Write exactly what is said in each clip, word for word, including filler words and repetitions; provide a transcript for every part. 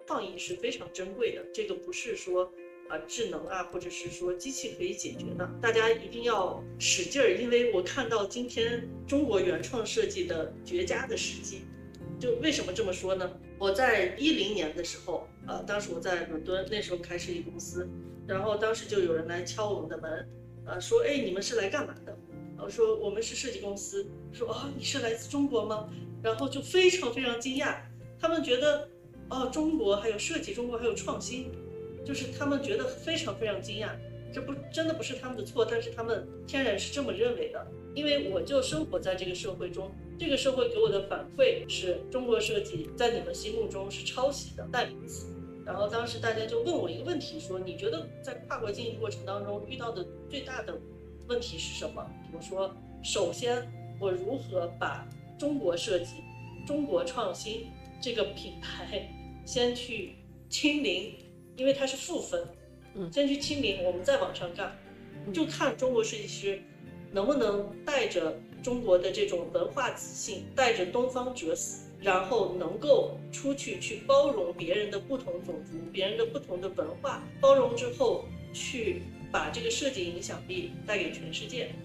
创意是非常珍贵的，这个不是说啊智能啊或者是说机器可以解决的，大家一定要使劲儿，因为我看到今天中国原创设计的绝佳的时机。就为什么这么说呢？我在一零年的时候，呃，当时我在伦敦，那时候开设计公司，然后当时就有人来敲我们的门，呃，说，哎，你们是来干嘛的？我说我们是设计公司。说啊，你是来自中国吗？然后就非常非常惊讶，他们觉得，哦，中国还有设计，中国还有创新，就是他们觉得非常非常惊讶。这不真的不是他们的错，但是他们天然是这么认为的。因为我就生活在这个社会中，这个社会给我的反馈是中国设计在你们心目中是抄袭的代名词。然后当时大家就问我一个问题，说你觉得在跨国经营过程当中遇到的最大的问题是什么？我说，首先我如何把中国设计、中国创新这个品牌先去清零，因为它是负分，先去清零，我们再往上干，就看中国设计师能不能带着中国的这种文化自信，带着东方哲思，然后能够出去去包容别人的不同种族，别人的不同的文化，包容之后去把这个设计影响力带给全世界。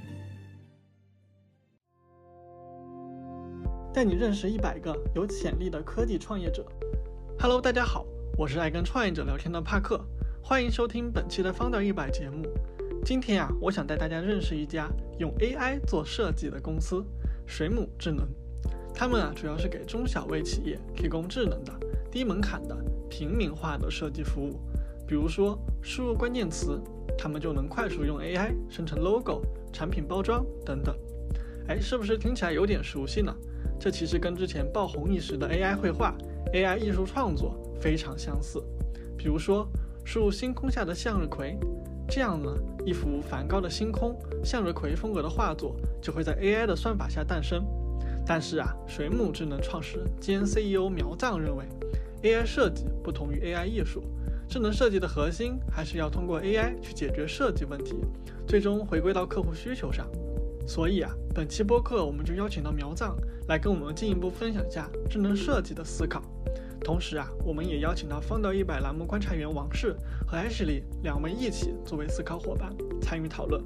带你认识一百个有潜力的科技创业者。Hello， 大家好，我是爱跟创业者聊天的帕克，欢迎收听本期的 Founder 一百节目。今天啊，我想带大家认识一家用 A I 做设计的公司——水母智能。他们啊，主要是给中小微企业提供智能的、低门槛的、平民化的设计服务。比如说，输入关键词，他们就能快速用 A I 生成 logo、产品包装等等。哎，是不是听起来有点熟悉呢？这其实跟之前爆红一时的 A I 绘画、A I 艺术创作非常相似。比如说，输入星空下的向日葵，这样呢，一幅梵高的星空、向日葵风格的画作就会在 A I 的算法下诞生。但是啊，水母智能创始人兼 C E O 苗藏认为 ，A I 设计不同于 A I 艺术，智能设计的核心还是要通过 A I 去解决设计问题，最终回归到客户需求上。所以啊，本期播客我们就邀请到苗藏来跟我们进一步分享一下智能设计的思考。同时啊，我们也邀请到Founder 一百栏目观察员王氏和 Ashley 两位一起作为思考伙伴参与讨论。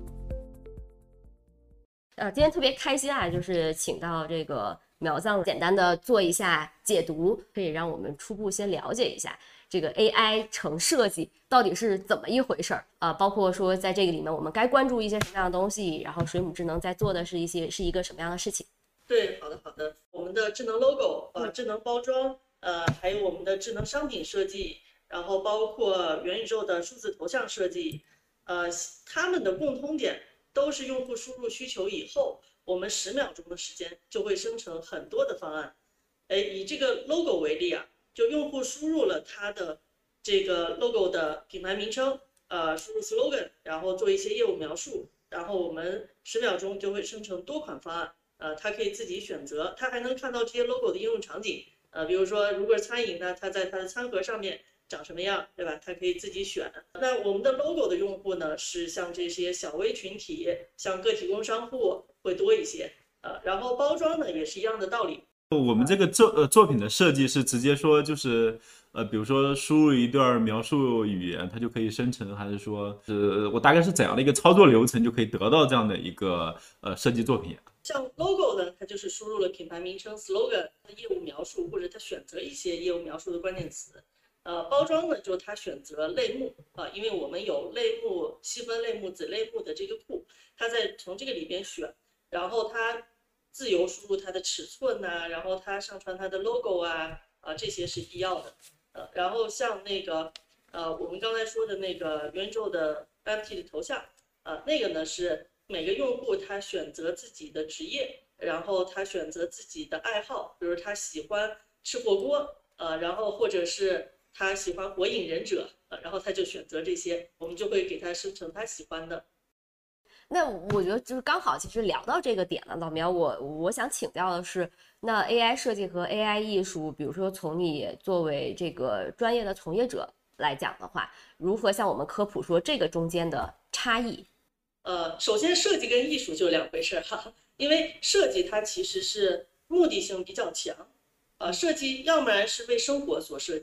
呃，今天特别开心啊，就是请到这个苗藏简单的做一下解读，可以让我们初步先了解一下这个 A I 成设计到底是怎么一回事儿啊、呃？包括说在这个里面我们该关注一些什么样的东西，然后水母智能在做的是一些是一个什么样的事情？ 对，好的好的，我们的智能 logo 呃，智能包装，呃，还有我们的智能商品设计，然后包括元宇宙的数字头像设计，呃，他们的共通点都是用户输入需求以后，我们十秒钟的时间就会生成很多的方案。哎，以这个 logo 为例啊，就用户输入了他的这个 logo 的品牌名称，呃，输入 slogan， 然后做一些业务描述，然后我们十秒钟就会生成多款方案。呃，他可以自己选择，他还能看到这些 logo 的应用场景。呃，比如说，如果是餐饮呢，它在它的餐盒上面长什么样，对吧？它可以自己选。那我们的 logo 的用户呢，是像这些小微群体，像个体工商户会多一些。呃，然后包装呢也是一样的道理。 我们这个作呃作品的设计是直接说就是呃，比如说输入一段描述语言，它就可以生成，还是说呃，我大概是怎样的一个操作流程就可以得到这样的一个呃设计作品？ 像 logo 呢，它就是输入了品牌名称 slogan 业务描述，或者它选择一些业务描述的关键词。呃，包装呢，就是它选择类目啊、呃，因为我们有类目细分类目、子类目的这个库，它在从这个里边选，然后它自由输入它的尺寸呐、啊，然后它上传它的 logo 啊，啊、呃、这些是必要的。呃，然后像那个呃我们刚才说的那个元宇宙的 N F T 的头像，呃那个呢是每个用户他选择自己的职业，然后他选择自己的爱好，比如他喜欢吃火锅，呃，然后或者是他喜欢火影忍者，呃，然后他就选择这些，我们就会给他生成他喜欢的。 那我觉得就是刚好，其实聊到这个点了，老苗，我我想请教的是，那 A I 设计和 A I 艺术，比如说从你作为这个专业的从业者来讲的话，如何向我们科普说这个中间的差异？ 呃，首先设计跟艺术就两回事哈，因为设计它其实是目的性比较强，呃，设计要不然是为生活所设计，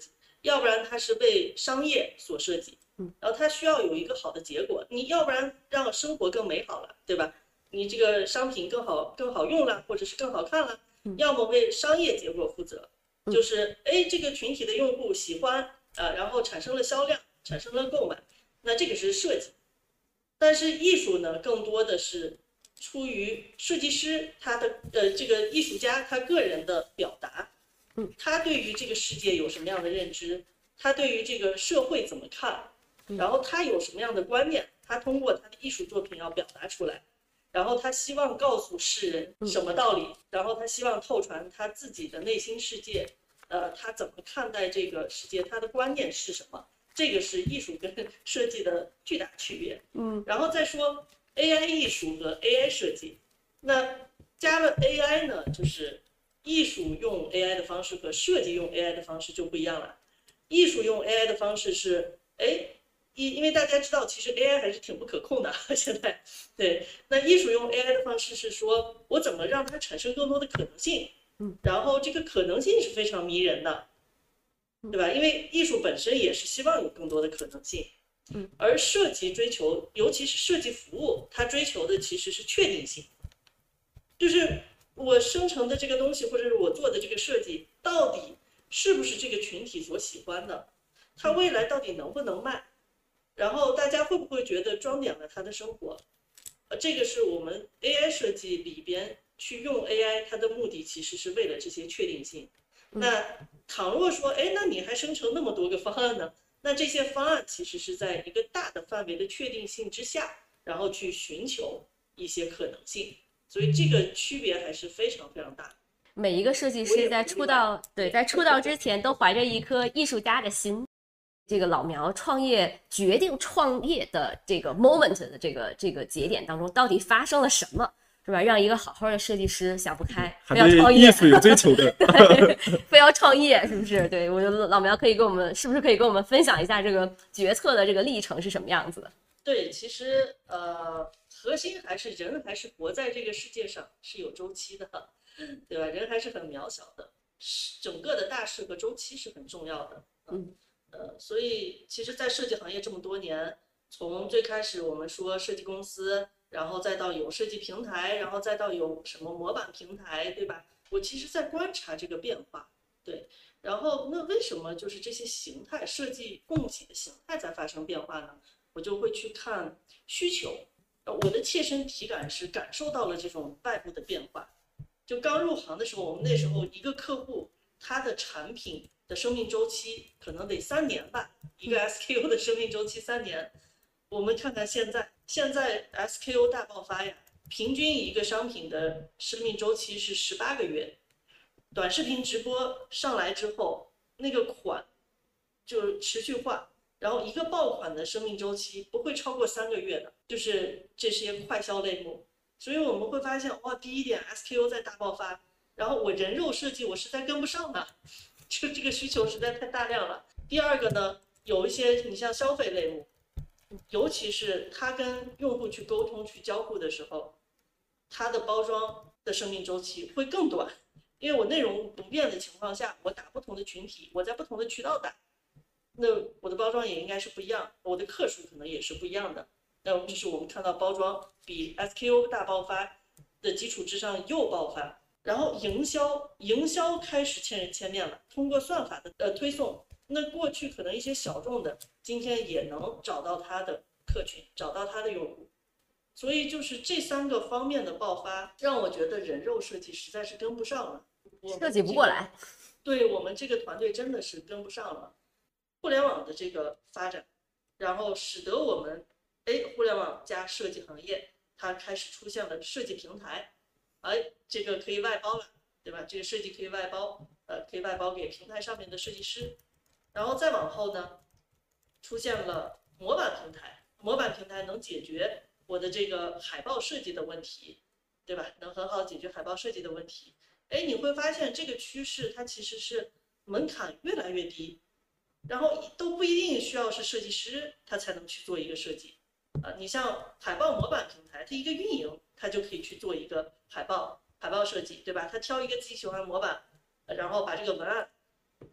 要不然它是为商业所设计，然后它需要有一个好的结果，你要不然让生活更美好了，对吧？你这个商品更好更好用了，或者是更好看了，要么为商业结果负责，就是哎这个群体的用户喜欢，呃，然后产生了销量，产生了购买，那这个是设计。但是艺术呢，更多的是出于设计师他的呃这个艺术家他个人的表达，他对于这个世界有什么样的认知，他对于这个社会怎么看，然后他有什么样的观念，他通过他的艺术作品要表达出来，然后他希望告诉世人什么道理，然后他希望透传他自己的内心世界，呃，他怎么看待这个世界，他的观念是什么。这个是艺术跟设计的巨大区别。嗯，然后再说 A I 艺术和 A I 设计，那加了 A I 呢，就是艺术用 A I 的方式和设计用 A I 的方式就不一样了。艺术用 A I 的方式是，哎，因因为大家知道，其实 A I 还是挺不可控的，现在对。那艺术用 A I 的方式是说，我怎么让它产生更多的可能性？嗯，然后这个可能性是非常迷人的。对吧？因为艺术本身也是希望有更多的可能性，嗯，而设计追求，尤其是设计服务，它追求的其实是确定性，就是我生成的这个东西，或者是我做的这个设计，到底是不是这个群体所喜欢的？它未来到底能不能卖？然后大家会不会觉得装点了他的生活？呃，这个是我们 A I 设计里边去用 A I， 它的目的其实是为了这些确定性。那倘若说，哎，那你还生成那么多个方案呢？那这些方案其实是在一个大的范围的确定性之下，然后去寻求一些可能性，所以这个区别还是非常非常大。 每一个设计师在出道，对，在出道之前都怀着一颗艺术家的心。这个老苗创业决定创业的这个 moment 的这个这个节点当中，到底发生了什么？是吧？让一个好好的设计师想不开，非要创业， 艺术有追求的， 对，非要创业，是不是？对，我觉得老苗可以跟我们，是不是可以跟我们分享一下这个决策的这个历程是什么样子的？ 对，其实呃，核心还是人还是活在这个世界上是有周期的，对吧？人还是很渺小的，整个的大势和周期是很重要的。嗯，呃，所以其实，在设计行业这么多年，从最开始我们说设计公司。然后再到有设计平台，然后再到有什么模板平台，对吧？我其实在观察这个变化，对。然后那为什么就是这些形态设计供给的形态在发生变化呢？我就会去看需求。我的切身体感是感受到了这种外部的变化。就刚入行的时候，我们那时候一个客户他的产品的生命周期可能得三年吧，一个 S K U 的生命周期三年。我们看看现在，现在 S K U 大爆发呀，平均一个商品的生命周期是十八个月。短视频直播上来之后，那个款就持续化，然后一个爆款的生命周期不会超过三个月的，就是这些快销类目。所以我们会发现，哇，第一点 S K U 在大爆发，然后我人肉设计我实在跟不上了，就这个需求实在太大量了。第二个呢，有一些你像消费类目。尤其是他跟用户去沟通、去交互的时候，它的包装的生命周期会更短，因为我内容不变的情况下，我打不同的群体，我在不同的渠道打，那我的包装也应该是不一样，我的客数可能也是不一样的。那这是我们看到包装比 S K U 大爆发的基础之上又爆发，然后营销，营销开始千人千面了，通过算法的呃推送。那过去可能一些小众的，今天也能找到他的客群，找到他的用户，所以就是这三个方面的爆发，让我觉得人肉设计实在是跟不上了， 设计不过来。 对我们这个团队真的是跟不上了。互联网的这个发展，然后使得我们，哎，互联网加设计行业，它开始出现了设计平台，哎，这个可以外包了，对吧？这个设计可以外包，呃，可以外包给平台上面的设计师。然后再往后呢，出现了模板平台，模板平台能解决我的这个海报设计的问题，对吧？能很好解决海报设计的问题。哎，你会发现这个趋势它其实是门槛越来越低，然后都不一定需要是设计师他才能去做一个设计啊。你像海报模板平台，它一个运营它就可以去做一个海报海报设计，对吧？他挑一个自己喜欢的模板，然后把这个文案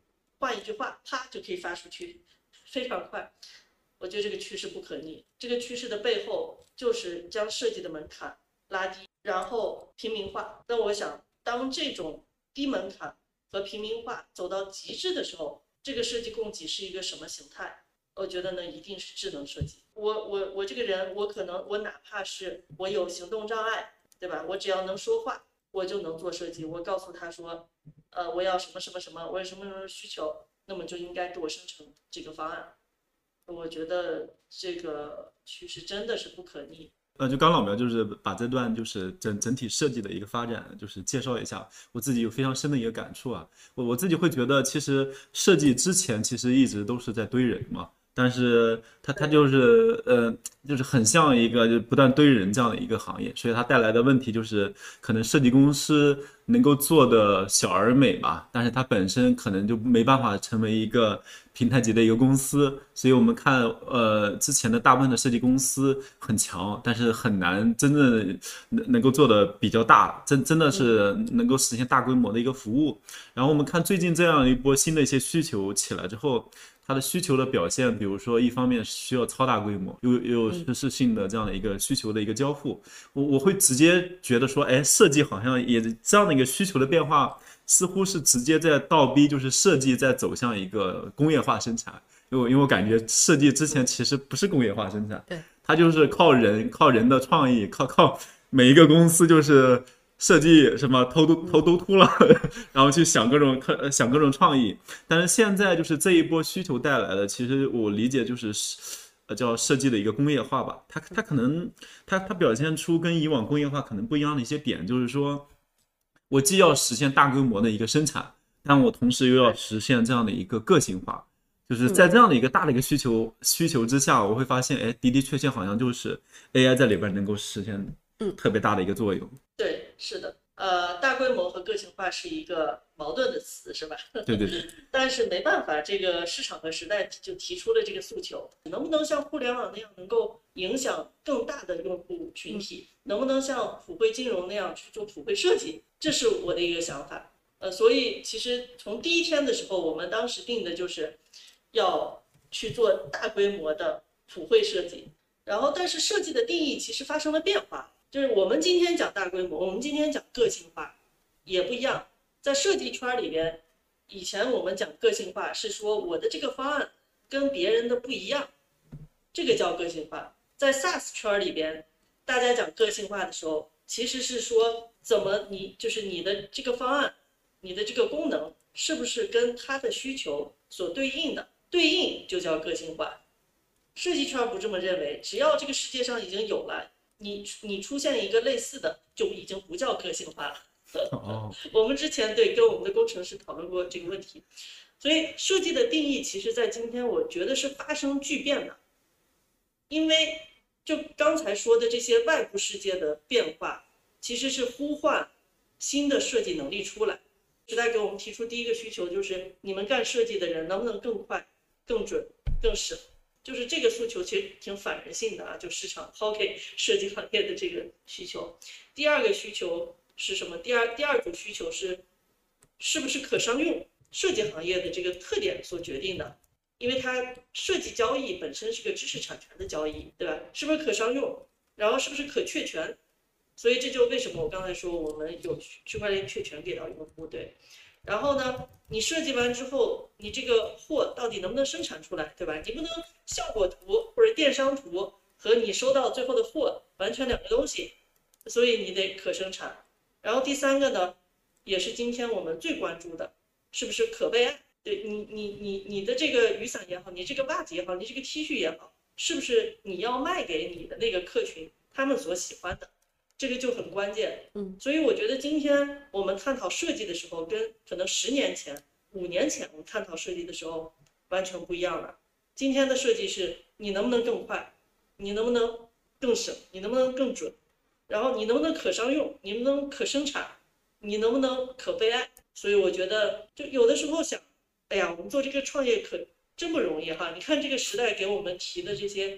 换一句话，啪就可以发出去，非常快。我觉得这个趋势不可逆，这个趋势的背后就是将设计的门槛拉低，然后平民化。那我想，当这种低门槛和平民化走到极致的时候，这个设计供给是一个什么形态？我觉得呢，一定是智能设计。我我我这个人，我可能我哪怕是我有行动障碍，对吧？我只要能说话，我就能做设计。我告诉他说，呃，我要什么什么什么，我有什么什么需求，那么就应该给我生成这个方案。我觉得这个趋势真的是不可逆。 呃，就刚老苗就是把这段就是整整体设计的一个发展，就是介绍一下，我自己有非常深的一个感触啊。我我自己会觉得，其实设计之前其实一直都是在堆人嘛，但是它它就是呃就是很像一个就不断堆人这样的一个行业，所以它带来的问题就是可能设计公司能够做的小而美吧，但是它本身可能就没办法成为一个平台级的一个公司，所以我们看呃之前的大部分的设计公司很强，但是很难真正能能够做的比较大，真真的是能够实现大规模的一个服务。然后我们看最近这样一波新的一些需求起来之后，它的需求的表现，比如说一方面需要超大规模，又又有实时性的这样的一个需求的一个交付，我我会直接觉得说，哎，设计好像也这样的一个需求的变化，似乎是直接在倒逼，就是设计在走向一个工业化生产。因为因为我感觉设计之前其实不是工业化生产， 对， 它就是靠人，靠人的创意，靠靠每一个公司就是设计什么头都头都秃了，然后去想各种想各种创意。但是现在就是这一波需求带来的，其实我理解就是呃叫设计的一个工业化吧。它它可能它它表现出跟以往工业化可能不一样的一些点，就是说我既要实现大规模的一个生产，但我同时又要实现这样的一个个性化。就是在这样的一个大的一个需求需求之下，我会发现，哎，的的确确好像就是 A I 在里边能够实现特别大的一个作用。 对，是的，呃，大规模和个性化是一个矛盾的词，是吧？ 对对对。 但是没办法，这个市场和时代就提出了这个诉求，能不能像互联网那样能够影响更大的用户群体？能不能像普惠金融那样去做普惠设计？这是我的一个想法。呃，所以其实从第一天的时候，我们当时定的就是要去做大规模的普惠设计，然后但是设计的定义其实发生了变化，就是我们今天讲大规模，我们今天讲个性化也不一样。在设计圈里边，以前我们讲个性化是说我的这个方案跟别人的不一样，这个叫个性化。在 SaaS 圈里边，大家讲个性化的时候，其实是说怎么你就是你的这个方案，你的这个功能是不是跟他的需求所对应的，对应就叫个性化。设计圈不这么认为，只要这个世界上已经有了，你你出现一个类似的，就已经不叫个性化了。 哦， 我们之前对跟我们的工程师讨论过这个问题，所以设计的定义其实在今天我觉得是发生巨变的，因为就刚才说的这些外部世界的变化，其实是呼唤新的设计能力出来。时代给我们提出第一个需求就是你们干设计的人能不能更快、更准、更省，就是这个诉求其实挺反人性的啊，就市场抛给设计行业的这个需求。第二个需求是什么？第二第二组需求是是不是可商用？设计行业的这个特点所决定的，因为它设计交易本身是个知识产权的交易，对吧？是不是可商用？然后是不是可确权？所以这就为什么我刚才说我们有区块链确权给到用户，对。然后呢，你设计完之后，你这个货到底能不能生产出来，对吧？你不能效果图或者电商图和你收到最后的货完全两个东西，所以你得可生产。然后第三个呢，也是今天我们最关注的，是不是可被爱？对你，你你你的这个雨伞也好，你这个袜子也好，你这个 T 恤也好，是不是你要卖给你的那个客群他们所喜欢的？这个就很关键。嗯，所以我觉得今天我们探讨设计的时候，跟可能十年前、五年前我们探讨设计的时候完全不一样了。今天的设计是你能不能更快，你能不能更省，你能不能更准，然后你能不能可商用，你能不能可生产，你能不能可被爱。所以我觉得就有的时候想，哎呀，我们做这个创业可真不容易哈。你看这个时代给我们提的这些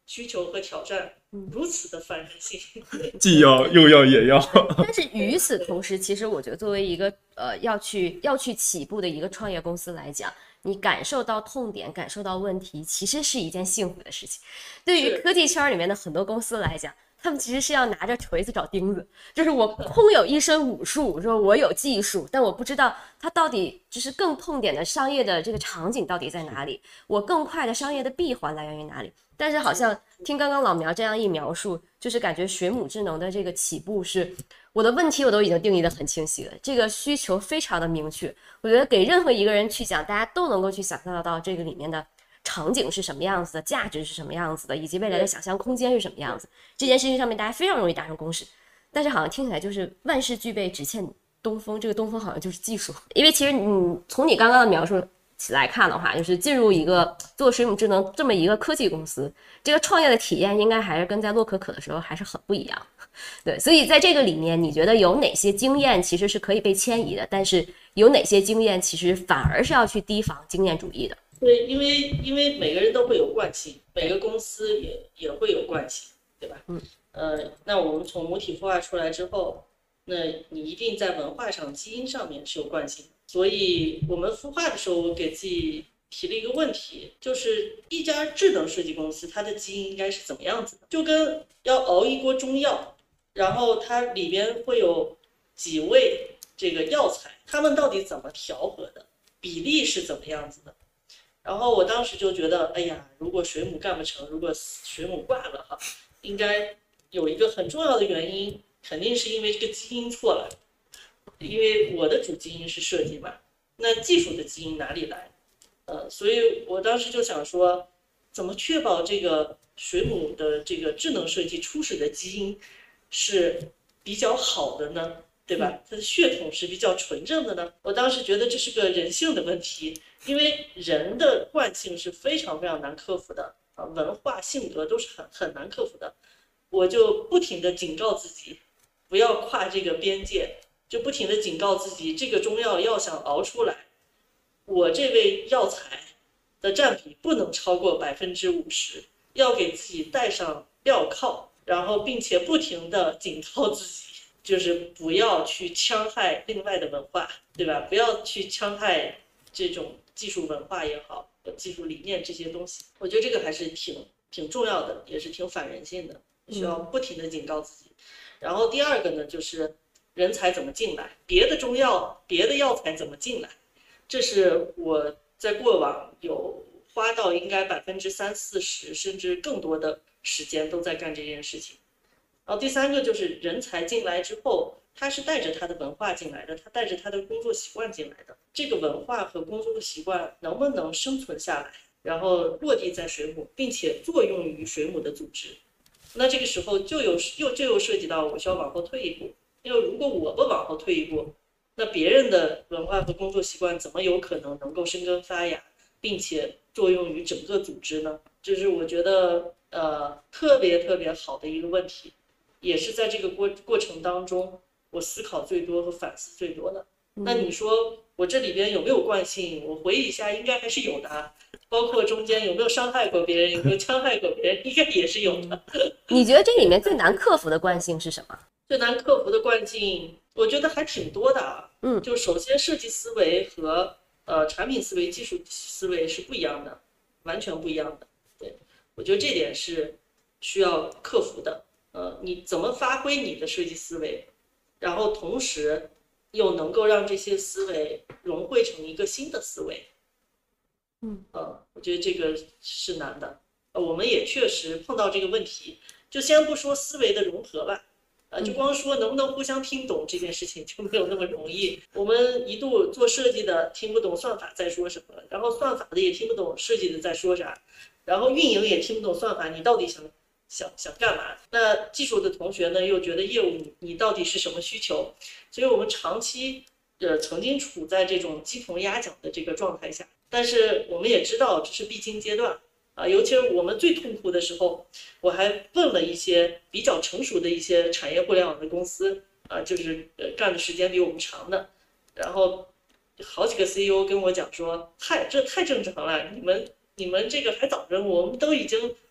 需求和挑战如此的反人性， 既要又要也要。 但是与此同时，其实我觉得作为一个呃要去要去起步的一个创业公司来讲，你感受到痛点，感受到问题，其实是一件幸福的事情。对于科技圈里面的很多公司来讲，他们其实是要拿着锤子找钉子，就是我空有一身武术，说我有技术，但我不知道它到底就是更痛点的商业的这个场景到底在哪里，我更快的商业的闭环来源于哪里。但是好像听刚刚老苗这样一描述，就是感觉水母智能的这个起步是我的问题我都已经定义的很清晰了，这个需求非常的明确，我觉得给任何一个人去讲，大家都能够去想象得到这个里面的场景是什么样子的，价值是什么样子的，以及未来的想象空间是什么样子，这件事情上面大家非常容易达成共识。但是好像听起来就是万事俱备只欠东风，这个东风好像就是技术。因为其实你从你刚刚的描述来看的话，就是进入一个做水母智能这么一个科技公司，这个创业的体验应该还是跟在洛可可的时候还是很不一样。对，所以在这个里面，你觉得有哪些经验其实是可以被迁移的，但是有哪些经验其实反而是要去提防经验主义的？ 对，因为因为每个人都会有惯性，每个公司也也会有惯性，对吧？ 嗯， 呃，那我们从母体孵化出来之后，那你一定在文化上、基因上面是有惯性的。所以我们孵化的时候，我给自己提了一个问题，就是一家智能设计公司，它的基因应该是怎么样子的？就跟要熬一锅中药，然后它里边会有几味这个药材，它们到底怎么调和的，比例是怎么样子的？然后我当时就觉得，哎呀，如果水母干不成，如果水母挂了哈，应该有一个很重要的原因，肯定是因为这个基因错了。因为我的主基因是设计嘛，那技术的基因哪里来？呃，所以我当时就想说，怎么确保这个水母的这个智能设计初始的基因是比较好的呢？对吧？它的血统是比较纯正的呢？我当时觉得这是个人性的问题，因为人的惯性是非常非常难克服的啊，文化、性格都是很很难克服的。我就不停地警告自己，不要跨这个边界。就不停地警告自己，这个中药要想熬出来，我这味药材的占比不能超过百分之五十，要给自己带上镣铐，然后并且不停地警告自己，就是不要去戕害另外的文化，对吧？不要去戕害这种技术文化也好，技术理念这些东西。我觉得这个还是挺挺重要的，也是挺反人性的，需要不停地警告自己。然后第二个呢，就是人才怎么进来，别的中药、别的药材怎么进来，这是我在过往有花到应该百分之三四十甚至更多的时间都在干这件事情。然后第三个就是人才进来之后，他是带着他的文化进来的，他带着他的工作习惯进来的。这个文化和工作习惯能不能生存下来，然后落地在水母，并且作用于水母的组织，那这个时候就有又就又涉及到我需要往后退一步。因为如果我不往后退一步，那别人的文化和工作习惯怎么有可能能够生根发芽，并且作用于整个组织呢？这是我觉得呃特别特别好的一个问题，也是在这个过过程当中我思考最多和反思最多的。那你说我这里边有没有惯性？我回忆一下，应该还是有的。包括中间有没有伤害过别人，有没有戕害过别人，应该也是有的。 你觉得这里面最难克服的惯性是什么？ 最难克服的惯性，我觉得还挺多的啊。 嗯， 就首先设计思维和呃产品思维、技术思维是不一样的，完全不一样的。对，我觉得这点是需要克服的。呃，你怎么发挥你的设计思维，然后同时又能够让这些思维融汇成一个新的思维？ 嗯， 呃，我觉得这个是难的。呃，我们也确实碰到这个问题。就先不说思维的融合吧。呃，就光说能不能互相听懂这件事情就没有那么容易。我们一度做设计的听不懂算法在说什么，然后算法的也听不懂设计的在说啥，然后运营也听不懂算法，你到底想想想干嘛？那技术的同学呢，又觉得业务你你到底是什么需求？所以我们长期呃曾经处在这种鸡同鸭讲的这个状态下，但是我们也知道这是必经阶段。啊，尤其是我们最痛苦的时候，我还问了一些比较成熟的一些产业互联网的公司，啊，就是呃干的时间比我们长的，然后好几个 C E O 跟我讲说，太这太正常了，你们你们这个还早着，我们都已经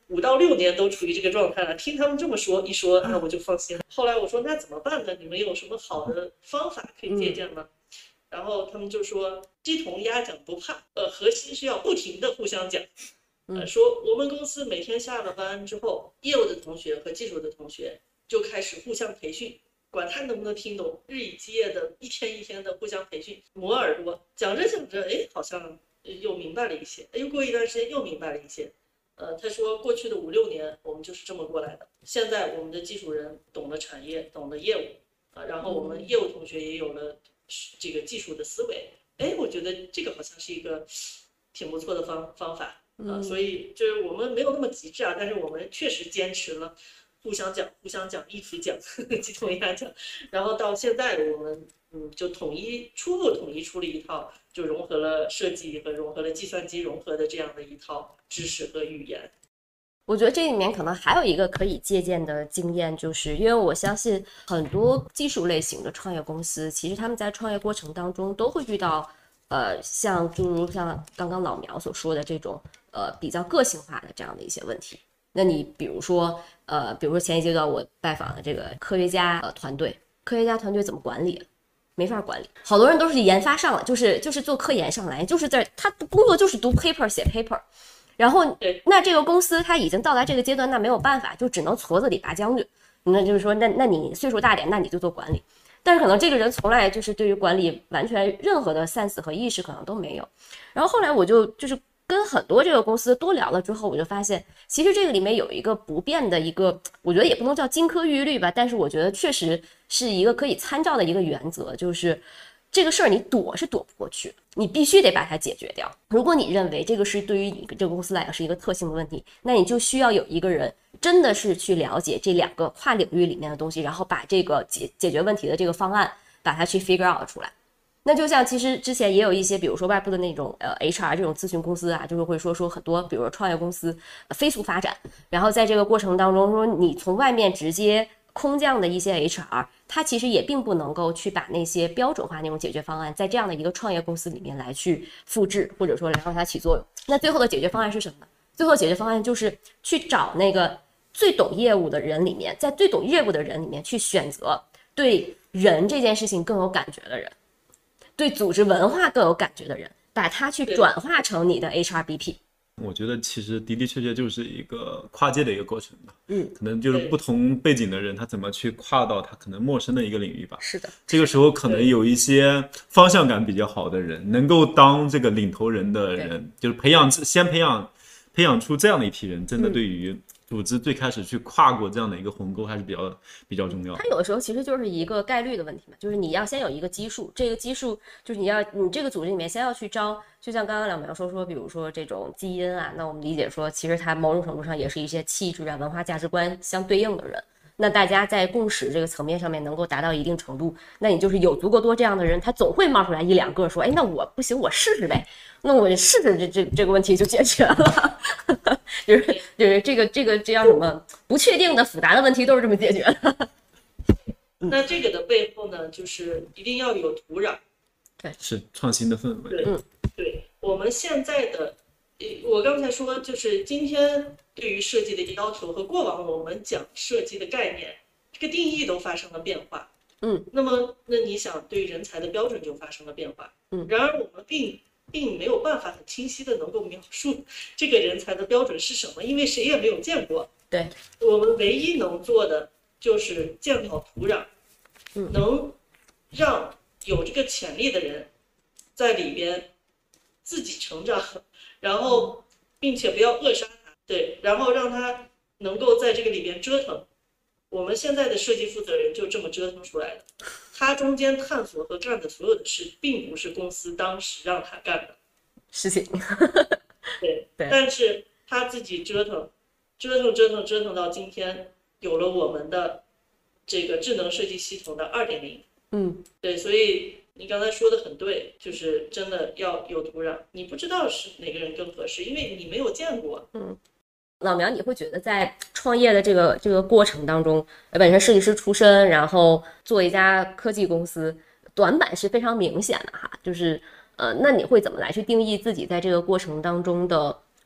五到六年都处于这个状态了。听他们这么说一说，那我就放心了。后来我说那怎么办呢？你们有什么好的方法可以借鉴吗？然后他们就说鸡同鸭讲不怕，呃，核心是要不停的互相讲。呃，说我们公司每天下了班之后，业务的同学和技术的同学就开始互相培训，管他能不能听懂，日以继夜的一天一天的互相培训，磨耳朵，讲着讲着，哎，好像又明白了一些，又过一段时间又明白了一些。呃，他说过去的五六年我们就是这么过来的，现在我们的技术人懂得产业，懂得业务啊、呃，然后我们业务同学也有了这个技术的思维，哎，我觉得这个好像是一个挺不错的方方法。呃，所以就是我们没有那么极致啊，但是我们确实坚持了互相讲、互相讲、一直讲、鸡同鸭讲，然后到现在我们嗯就统一初步统一出了一套，就融合了设计和融合了计算机融合的这样的一套知识和语言。 我觉得这里面可能还有一个可以借鉴的经验，就是因为我相信很多技术类型的创业公司，其实他们在创业过程当中都会遇到。呃，像诸如像刚刚老苗所说的这种呃比较个性化的这样的一些问题，那你比如说呃，比如说前一阶段我拜访的这个科学家呃团队，科学家团队怎么管理？没法管理，好多人都是研发上来，就是就是做科研上来，就是在他的工作就是读 paper 写 paper， 然后那这个公司他已经到达这个阶段，那没有办法，就只能矬子里拔将军，那就是说那那你岁数大点，那你就做管理。但是可能这个人从来就是对于管理完全任何的 sense 和意识可能都没有。然后后来我就就是跟很多这个公司多聊了之后，我就发现其实这个里面有一个不变的一个，我觉得也不能叫金科玉律吧，但是我觉得确实是一个可以参照的一个原则，就是这个事儿你躲是躲不过去，你必须得把它解决掉。如果你认为这个是对于你这个公司来讲是一个特性的问题，那你就需要有一个人真的是去了解这两个跨领域里面的东西，然后把这个解解决问题的这个方案把它去 figure out 出来。那就像其实之前也有一些比如说外部的那种呃 H R 这种咨询公司啊，就是会说说很多比如说创业公司、呃、飞速发展，然后在这个过程当中说你从外面直接空降的一些 H R， 他其实也并不能够去把那些标准化那种解决方案在这样的一个创业公司里面来去复制，或者说来让它起作用。那最后的解决方案是什么呢？最后的解决方案就是去找那个最懂业务的人里面，在最懂业务的人里面去选择对人这件事情更有感觉的人，对组织文化更有感觉的人，把它去转化成你的 H R B P。 我觉得其实的的确确就是一个跨界的一个过程吧， 嗯， 可能就是不同背景的人他怎么去跨到他可能陌生的一个领域吧。 是的， 这个时候可能有一些方向感比较好的人，能够当这个领头人的人，就是培养先培养培养出这样的一批人，真的对于组织最开始去跨过这样的一个鸿沟还是比较比较重要的。 它有的时候其实就是一个概率的问题嘛，就是你要先有一个基数，这个基数就是你要你这个组织里面先要去招，就像刚刚两苗说说，比如说这种基因啊，那我们理解说其实它某种程度上也是一些气质啊、文化价值观相对应的人。那大家在共识这个层面上面能够达到一定程度，那你就是有足够多这样的人，他总会冒出来一两个说，哎，那我不行，我试试呗，那我试试这这这个问题就解决了，就是就是这个这个这叫什么不确定的复杂的问题都是这么解决的。 那这个的背后呢，就是一定要有土壤， 对， 是创新的氛围。 对，嗯，对，我们现在的，我刚才说就是今天对于设计的要求和过往我们讲设计的概念，这个定义都发生了变化。 嗯， 那么那你想对于人才的标准就发生了变化。 嗯， 然而我们并并没有办法很清晰的能够描述这个人才的标准是什么，因为谁也没有见过。 对， 我们唯一能做的就是建好土壤， 嗯， 能让有这个潜力的人在里边自己成长，然后并且不要扼杀他，对，然后让他能够在这个里边折腾。我们现在的设计负责人就这么折腾出来的，他中间探索和干的所有的事，并不是公司当时让他干的事情。 对， 对， 但是他自己折腾，折腾折腾折腾到今天，有了我们的这个智能设计系统的二点零。 嗯， 对，所以你刚才说的很对，就是真的要有土壤，你不知道是哪个人更合适，因为你没有见过。 嗯。老苗，你会觉得在创业的这个这个过程当中，本身设计师出身，然后做一家科技公司，短板是非常明显的哈。就是呃，那你会怎么来去定义自己在这个过程当中的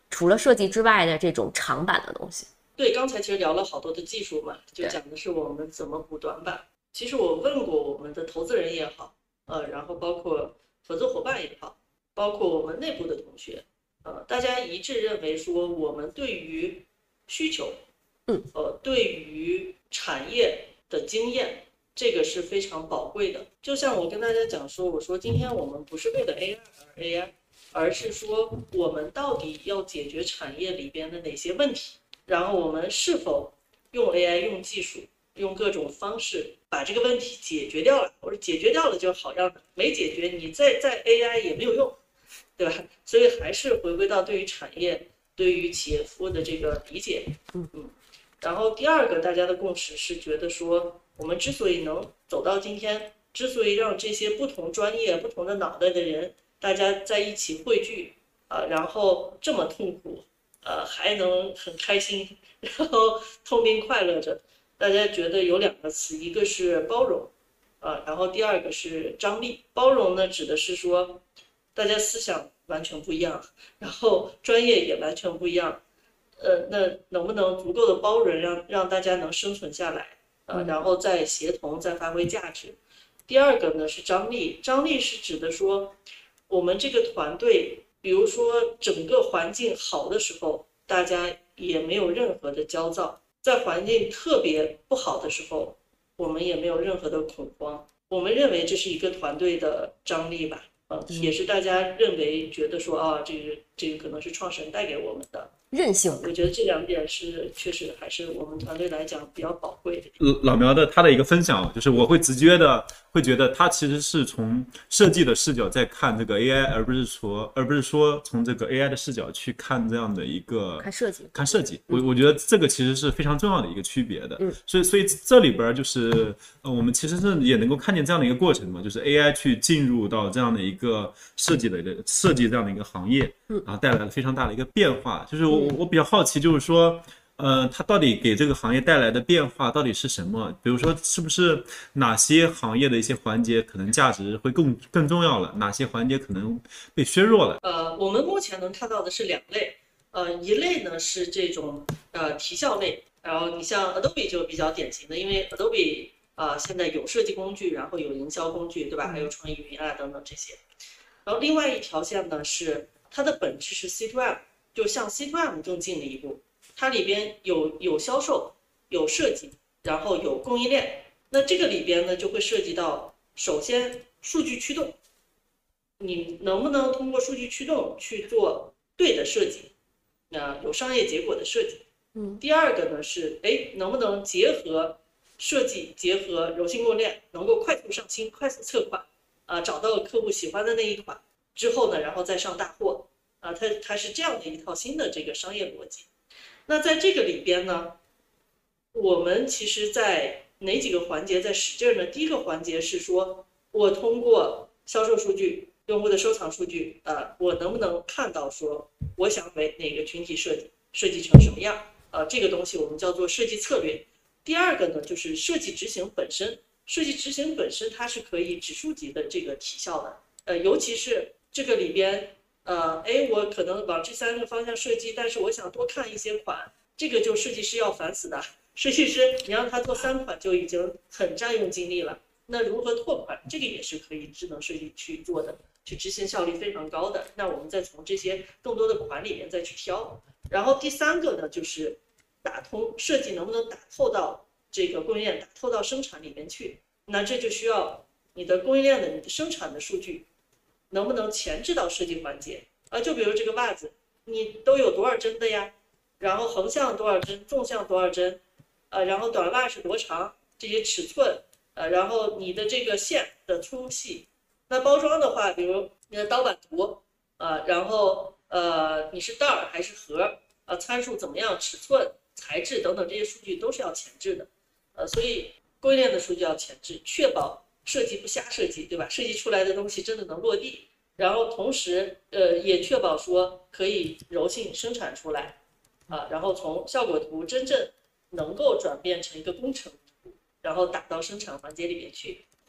除了设计之外的这种长板的东西。 对，刚才其实聊了好多的技术嘛，就讲的是我们怎么补短板。其实我问过我们的投资人也好，呃，然后包括合作伙伴也好，包括我们内部的同学，呃，大家一致认为说，我们对于需求， 嗯， 呃，对于产业的经验，这个是非常宝贵的。就像我跟大家讲说，我说今天我们不是为了 A I 而 A I， 而是说我们到底要解决产业里边的哪些问题。然后我们是否用 A I 用技术用各种方式把这个问题解决掉了，或者解决掉了就好样的，没解决你再再 A I 也没有用，对吧？所以还是回归到对于产业对于企业服务的这个理解。 嗯嗯。然后第二个大家的共识是觉得说，我们之所以能走到今天，之所以让这些不同专业不同的脑袋的人大家在一起汇聚啊、呃，然后这么痛苦呃，还能很开心，然后痛并快乐着。大家觉得有两个词，一个是包容，啊，然后第二个是张力。包容呢，指的是说大家思想完全不一样，然后专业也完全不一样，呃，那能不能足够的包容，让让大家能生存下来，呃，然后再协同，再发挥价值。第二个呢是张力，张力是指的说我们这个团队。比如说整个环境好的时候，大家也没有任何的焦躁，在环境特别不好的时候，我们也没有任何的恐慌。我们认为这是一个团队的张力吧，呃，也是大家认为觉得说啊，这个这个可能是创始人带给我们的韧性。 我觉得这两点是确实还是我们团队来讲比较宝贵的。 老苗的他的一个分享，就是我会直接的会觉得他其实是从设计的视角在看这个 A I， 而不是说而不是说从这个 A I 的视角去看这样的一个看设计看设计。我我觉得这个其实是非常重要的一个区别的。 嗯， 所以所以这里边就是呃我们其实是也能够看见这样的一个过程嘛，就是 A I 去进入到这样的一个设计的一个设计这样的一个行业， 嗯， 然后带来了非常大的一个变化。就是我我比较好奇，就是说。呃，它到底给这个行业带来的变化到底是什么？比如说，是不是哪些行业的一些环节可能价值会更更重要了？哪些环节可能被削弱了？ 呃，我们目前能看到的是两类，呃，一类呢是这种呃提效类，然后你像 Adobe 就比较典型的，因为 Adobe 啊、呃、现在有设计工具，然后有营销工具，对吧？还有创意云啊等等这些。然后另外一条线呢是它的本质是 C to M， 就向 C to M 更近了一步。它里边有有销售，有设计，然后有供应链。那这个里边呢，就会涉及到，首先数据驱动，你能不能通过数据驱动去做对的设计，那有商业结果的设计。 嗯。 第二个呢是，哎，能不能结合设计，结合柔性供应链，能够快速上新，快速测款，啊、呃，找到客户喜欢的那一款之后呢，然后再上大货，啊、呃，它它是这样的一套新的这个商业逻辑。那在这个里边呢，我们其实在哪几个环节在使劲呢？第一个环节是说，我通过销售数据、用户的收藏数据，呃，我能不能看到说，我想为哪个群体设计，设计成什么样？呃，这个东西我们叫做设计策略。第二个呢，就是设计执行本身，设计执行本身它是可以指数级的这个提效的，呃，尤其是这个里边。呃，哎，我可能往这三个方向设计，但是我想多看一些款，这个就设计师要烦死的。设计师你让他做三款就已经很占用精力了，那如何拓款，这个也是可以智能设计去做的，去执行效率非常高的。那我们再从这些更多的款里面再去挑。然后第三个呢，就是打通设计能不能打透到这个供应链，打透到生产里面去。那这就需要你的供应链的、你的生产的数据。能不能前置到设计环节啊？就比如这个袜子，你都有多少针的呀？然后横向多少针，纵向多少针，呃，然后短袜是多长，这些尺寸，呃，然后你的这个线的粗细。那包装的话，比如你的刀版图，呃，然后呃，你是袋儿还是盒，呃，参数怎么样，尺寸、材质等等这些数据都是要前置的，呃，所以供应链的数据要前置，确保。设计不瞎设计，对吧？设计出来的东西真的能落地，然后同时，呃，也确保说可以柔性生产出来，啊，然后从效果图真正能够转变成一个工程图，然后打到生产环节里面去，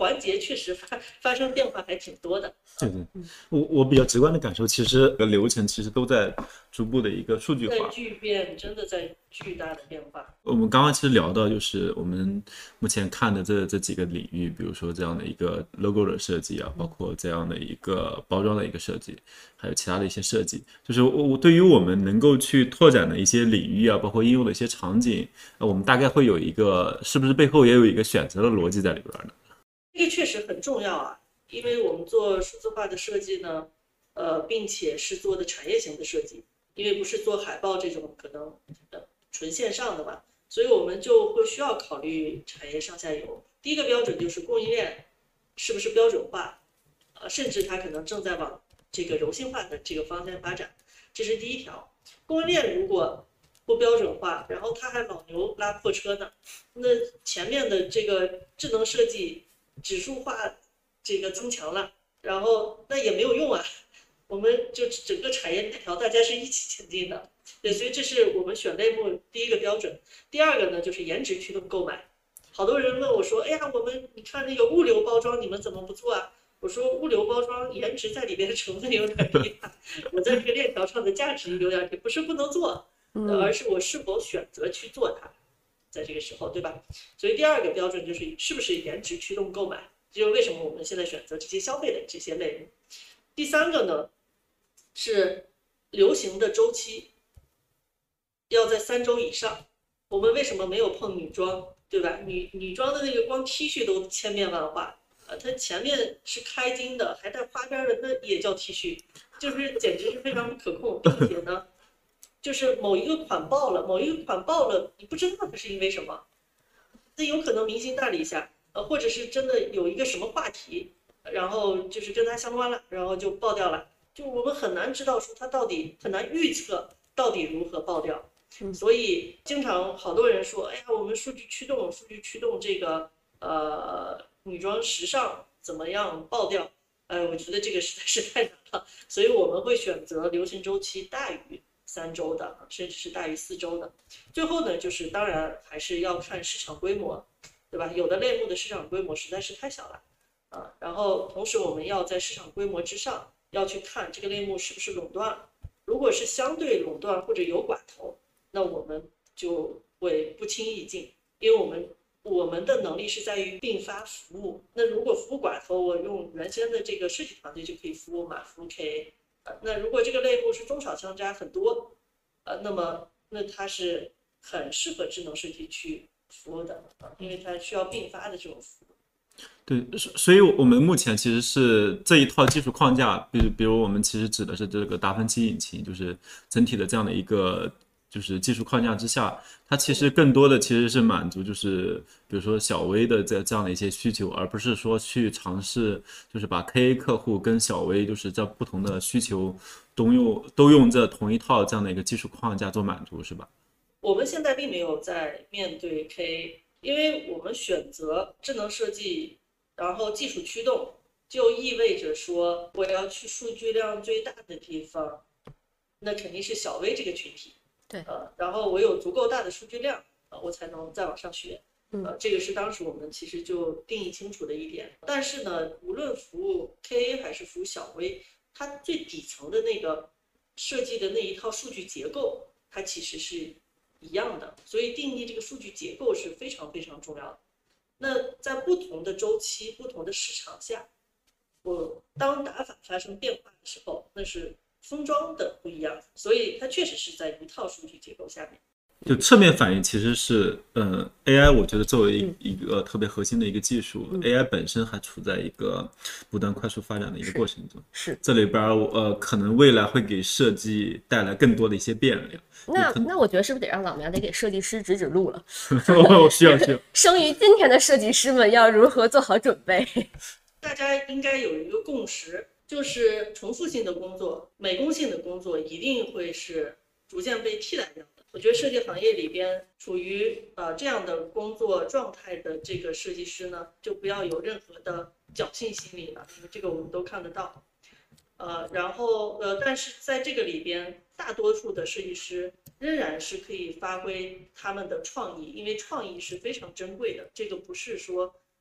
环节确实发发生变化还挺多的。 对对，我我比较直观的感受，其实流程其实都在逐步的一个数据化， 在巨变，真的在巨大的变化。 我们刚刚其实聊到，就是我们目前看的这这几个领域，比如说这样的一个 logo 的设计啊，包括这样的一个包装的一个设计，还有其他的一些设计，就是我对于我们能够去拓展的一些领域啊，包括应用的一些场景，我们大概会有一个，是不是背后也有一个选择的逻辑在里边呢？ 这个确实很重要啊，因为我们做数字化的设计呢，呃，并且是做的产业型的设计，因为不是做海报这种可能呃纯线上的嘛，所以我们就会需要考虑产业上下游。第一个标准就是供应链是不是标准化，呃，甚至它可能正在往这个柔性化的这个方向发展，这是第一条。供应链如果不标准化，然后它还老牛拉破车呢，那前面的这个智能设计指数化这个增强了，然后那也没有用啊。我们就整个产业链条大家是一起前进的，对，所以这是我们选类目第一个标准。第二个呢，就是颜值驱动购买。好多人问我说：“哎呀，我们你看那个物流包装，你们怎么不做啊？”我说：“物流包装颜值在里边的成分有点低，我在这个链条上的价值有点低，不是不能做，而是我是否选择去做它，在这个时候，对吧？所以第二个标准就是是不是颜值驱动购买，这就是为什么我们现在选择这些消费的这些类目。第三个呢，是流行的周期要在三周以上。我们为什么没有碰女装，对吧？女女装的那个光 T 恤都千变万化，呃，它前面是开襟的，还带花边的，那也叫 T 恤，就是简直是非常不可控，并且呢，就是某一个款爆了，某一个款爆了，你不知道它是因为什么，那有可能明星大了一下，呃，或者是真的有一个什么话题，然后就是跟它相关了，然后就爆掉了，就我们很难知道说它到底，很难预测到底如何爆掉。所以经常好多人说，哎呀，我们数据驱动，数据驱动这个呃女装时尚怎么样爆掉？呃，我觉得这个实在是太难了，所以我们会选择流行周期大于三周的，甚至是大于四周的。最后呢，就是当然还是要看市场规模，对吧？有的类目的市场规模实在是太小了，啊，然后同时我们要在市场规模之上要去看这个类目是不是垄断，如果是相对垄断或者有寡头，那我们就会不轻易进，因为我们我们的能力是在于并发服务。那如果服务寡头，我用原先的这个设计团队就可以服务满服务 K A。呃，那如果这个类目是中小商家很多，呃，那么那它是很适合智能设计去服务的，呃，因为它需要并发的这种服务。 对，所以我们目前其实是这一套技术框架，比如比如我们其实指的是这个达芬奇引擎，就是整体的这样的一个。就是技术框架之下，它其实更多的其实是满足，就是比如说小微的这这样的一些需求，而不是说去尝试，就是把 K A 客户跟小微就是这不同的需求都用都用这同一套这样的一个技术框架做满足，是吧？ 我们现在并没有在面对 K A， 因为我们选择智能设计，然后技术驱动，就意味着说我要去数据量最大的地方，那肯定是小微这个群体。 对， 呃，然后我有足够大的数据量，呃，我才能再往上学，呃，这个是当时我们其实就定义清楚的一点。但是呢，无论服务 K A 还是服务小微，它最底层的那个设计的那一套数据结构，它其实是一样的，所以定义这个数据结构是非常非常重要的。那在不同的周期、不同的市场下，我当打法发生变化的时候，那是封装的不一样，所以它确实是在一套数据结构下面。 就侧面反映其实是，呃 ，A I 我觉得作为一一个特别核心的一个技术、嗯、，A I 本身还处在一个不断快速发展的一个过程中。 是，是这里边呃，可能未来会给设计带来更多的一些变量。 那那我觉得是不是得让老苗得给设计师指指路了？ 需要需要。 生于今天的设计师们要如何做好准备？ 大家应该有一个共识。就是重复性的工作、美工性的工作一定会是逐渐被替代掉的。我觉得设计行业里边处于呃这样的工作状态的这个设计师呢，就不要有任何的侥幸心理了，因为这个我们都看得到。呃，然后呃，但是在这个里边，大多数的设计师仍然是可以发挥他们的创意，因为创意是非常珍贵的。这个不是说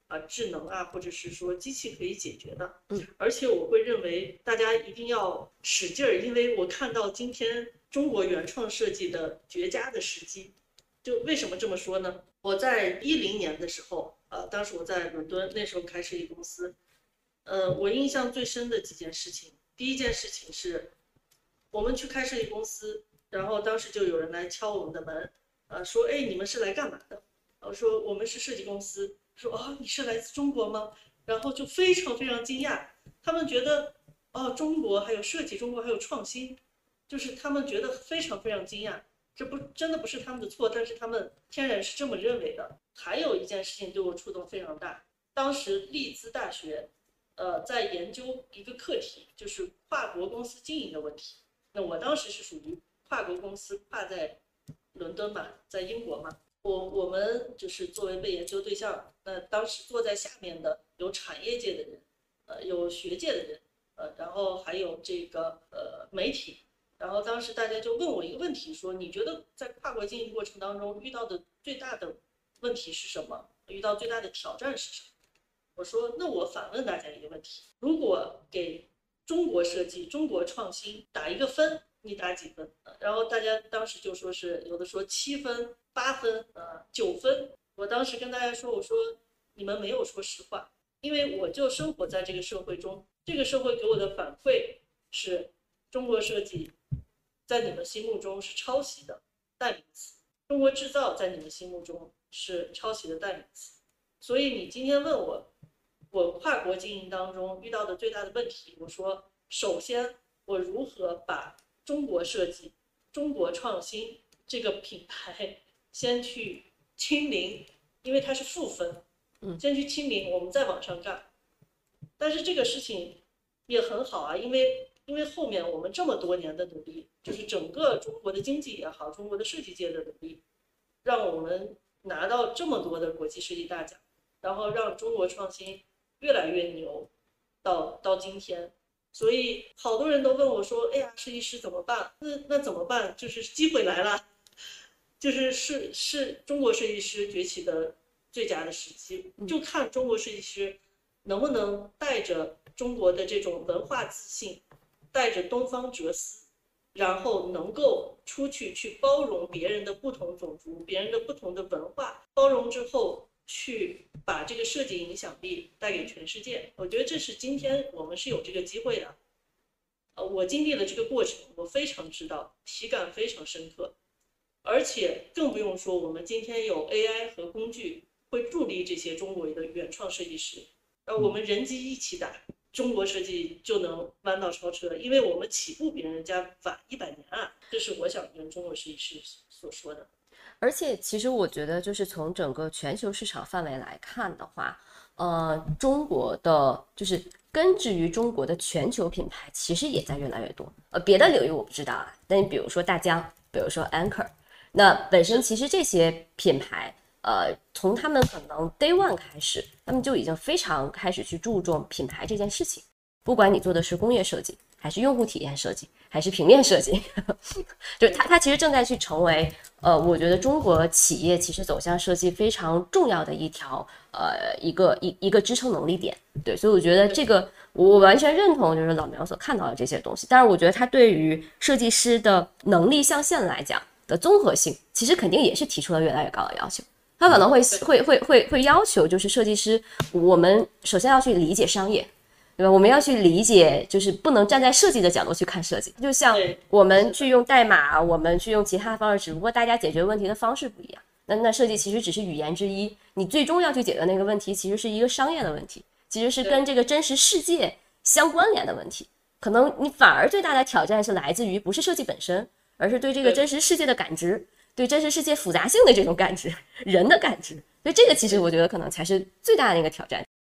啊、呃、智能啊，或者是说机器可以解决的。 嗯， 而且我会认为大家一定要使劲儿，因为我看到今天中国原创设计的绝佳的时机。就为什么这么说呢？我在一零年的时候，呃，当时我在伦敦，那时候开设计公司。呃，我印象最深的几件事情，第一件事情是，我们去开设计公司，然后当时就有人来敲我们的门，呃，说，哎，你们是来干嘛的？我说我们是设计公司。说哦，你是来自中国吗？然后就非常非常惊讶，他们觉得哦，中国还有设计，中国还有创新，就是他们觉得非常非常惊讶。这不真的不是他们的错，但是他们天然是这么认为的。还有一件事情对我触动非常大，当时利兹大学呃在研究一个课题，就是跨国公司经营的问题。那我当时是属于跨国公司，跨在伦敦嘛，在英国嘛。我我们就是作为被研究对象，那当时坐在下面的有产业界的人，呃，有学界的人，呃，然后还有这个呃媒体。然后当时大家就问我一个问题，说你觉得在跨国经营过程当中遇到的最大的问题是什么？遇到最大的挑战是什么？我说那我反问大家一个问题，如果给中国设计、中国创新打一个分，你打几分？然后大家当时就说是有的说七分、八分、呃九分。我当时跟大家说，我说你们没有说实话，因为我就生活在这个社会中，这个社会给我的反馈是中国设计在你们心目中是抄袭的代名词，中国制造在你们心目中是抄袭的代名词。所以你今天问我，我跨国经营当中遇到的最大的问题，我说首先我如何把中国设计、中国创新这个品牌先去清零，因为它是负分，先去清零，我们再往上干。但是这个事情也很好啊，因为因为后面我们这么多年的努力，就是整个中国的经济也好，中国的设计界的努力，让我们拿到这么多的国际设计大奖，然后让中国创新越来越牛，到到今天。所以好多人都问我说，哎呀，设计师怎么办？那那怎么办？就是机会来了，就是是是中国设计师崛起的最佳的时机，就看中国设计师能不能带着中国的这种文化自信，带着东方哲思，然后能够出去去包容别人的不同种族，别人的不同的文化，包容之后去把这个设计影响力带给全世界。我觉得这是今天我们是有这个机会的。呃，我经历了这个过程，我非常知道，体感非常深刻，而且更不用说我们今天有 A I 和工具会助力这些中国的原创设计师，呃，我们人机一起打，中国设计就能弯道超车，因为我们起步比人家晚一百年啊，这是我想跟中国设计师所说的。 而且其实我觉得就是从整个全球市场范围来看的话，呃，中国的就是根植于中国的全球品牌其实也在越来越多。呃，别的领域我不知道啊，但比如说大疆，比如说 Anchor， 那本身其实这些品牌，呃，从他们可能 day one 开始，他们就已经非常开始去注重品牌这件事情。不管你做的是工业设计，还是用户体验设计，还是平面设计，就是它它其实正在去成为呃，我觉得中国企业其实走向设计非常重要的一条呃一个一一个支撑能力点。对，所以我觉得这个我完全认同，就是老苗所看到的这些东西。但是我觉得它对于设计师的能力象限来讲的综合性，其实肯定也是提出了越来越高的要求。它可能会会会会会要求，就是设计师，我们首先要去理解商业。对吧？我们要去理解，就是不能站在设计的角度去看设计。就像我们去用代码，我们去用其他方式，只不过大家解决问题的方式不一样。那那设计其实只是语言之一，你最终要去解决那个问题，其实是一个商业的问题，其实是跟这个真实世界相关联的问题。可能你反而最大的挑战是来自于不是设计本身，而是对这个真实世界的感知，对真实世界复杂性的这种感知，人的感知。所以这个其实我觉得可能才是最大的一个挑战。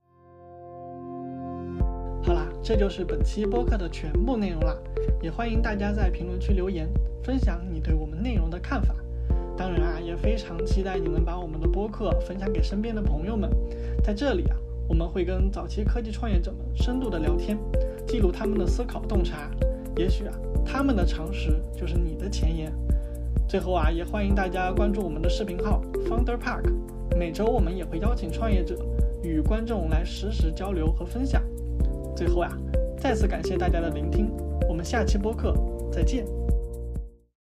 好啦，这就是本期播客的全部内容啦，也欢迎大家在评论区留言，分享你对我们内容的看法。当然啊，也非常期待你能把我们的播客分享给身边的朋友们。在这里啊，我们会跟早期科技创业者们深度的聊天，记录他们的思考洞察。也许啊，他们的常识就是你的前沿。最后啊，也欢迎大家关注我们的视频号 Founder Park， 每周我们也会邀请创业者与观众来实时交流和分享。最后呀，再次感谢大家的聆听，我们下期播客再见。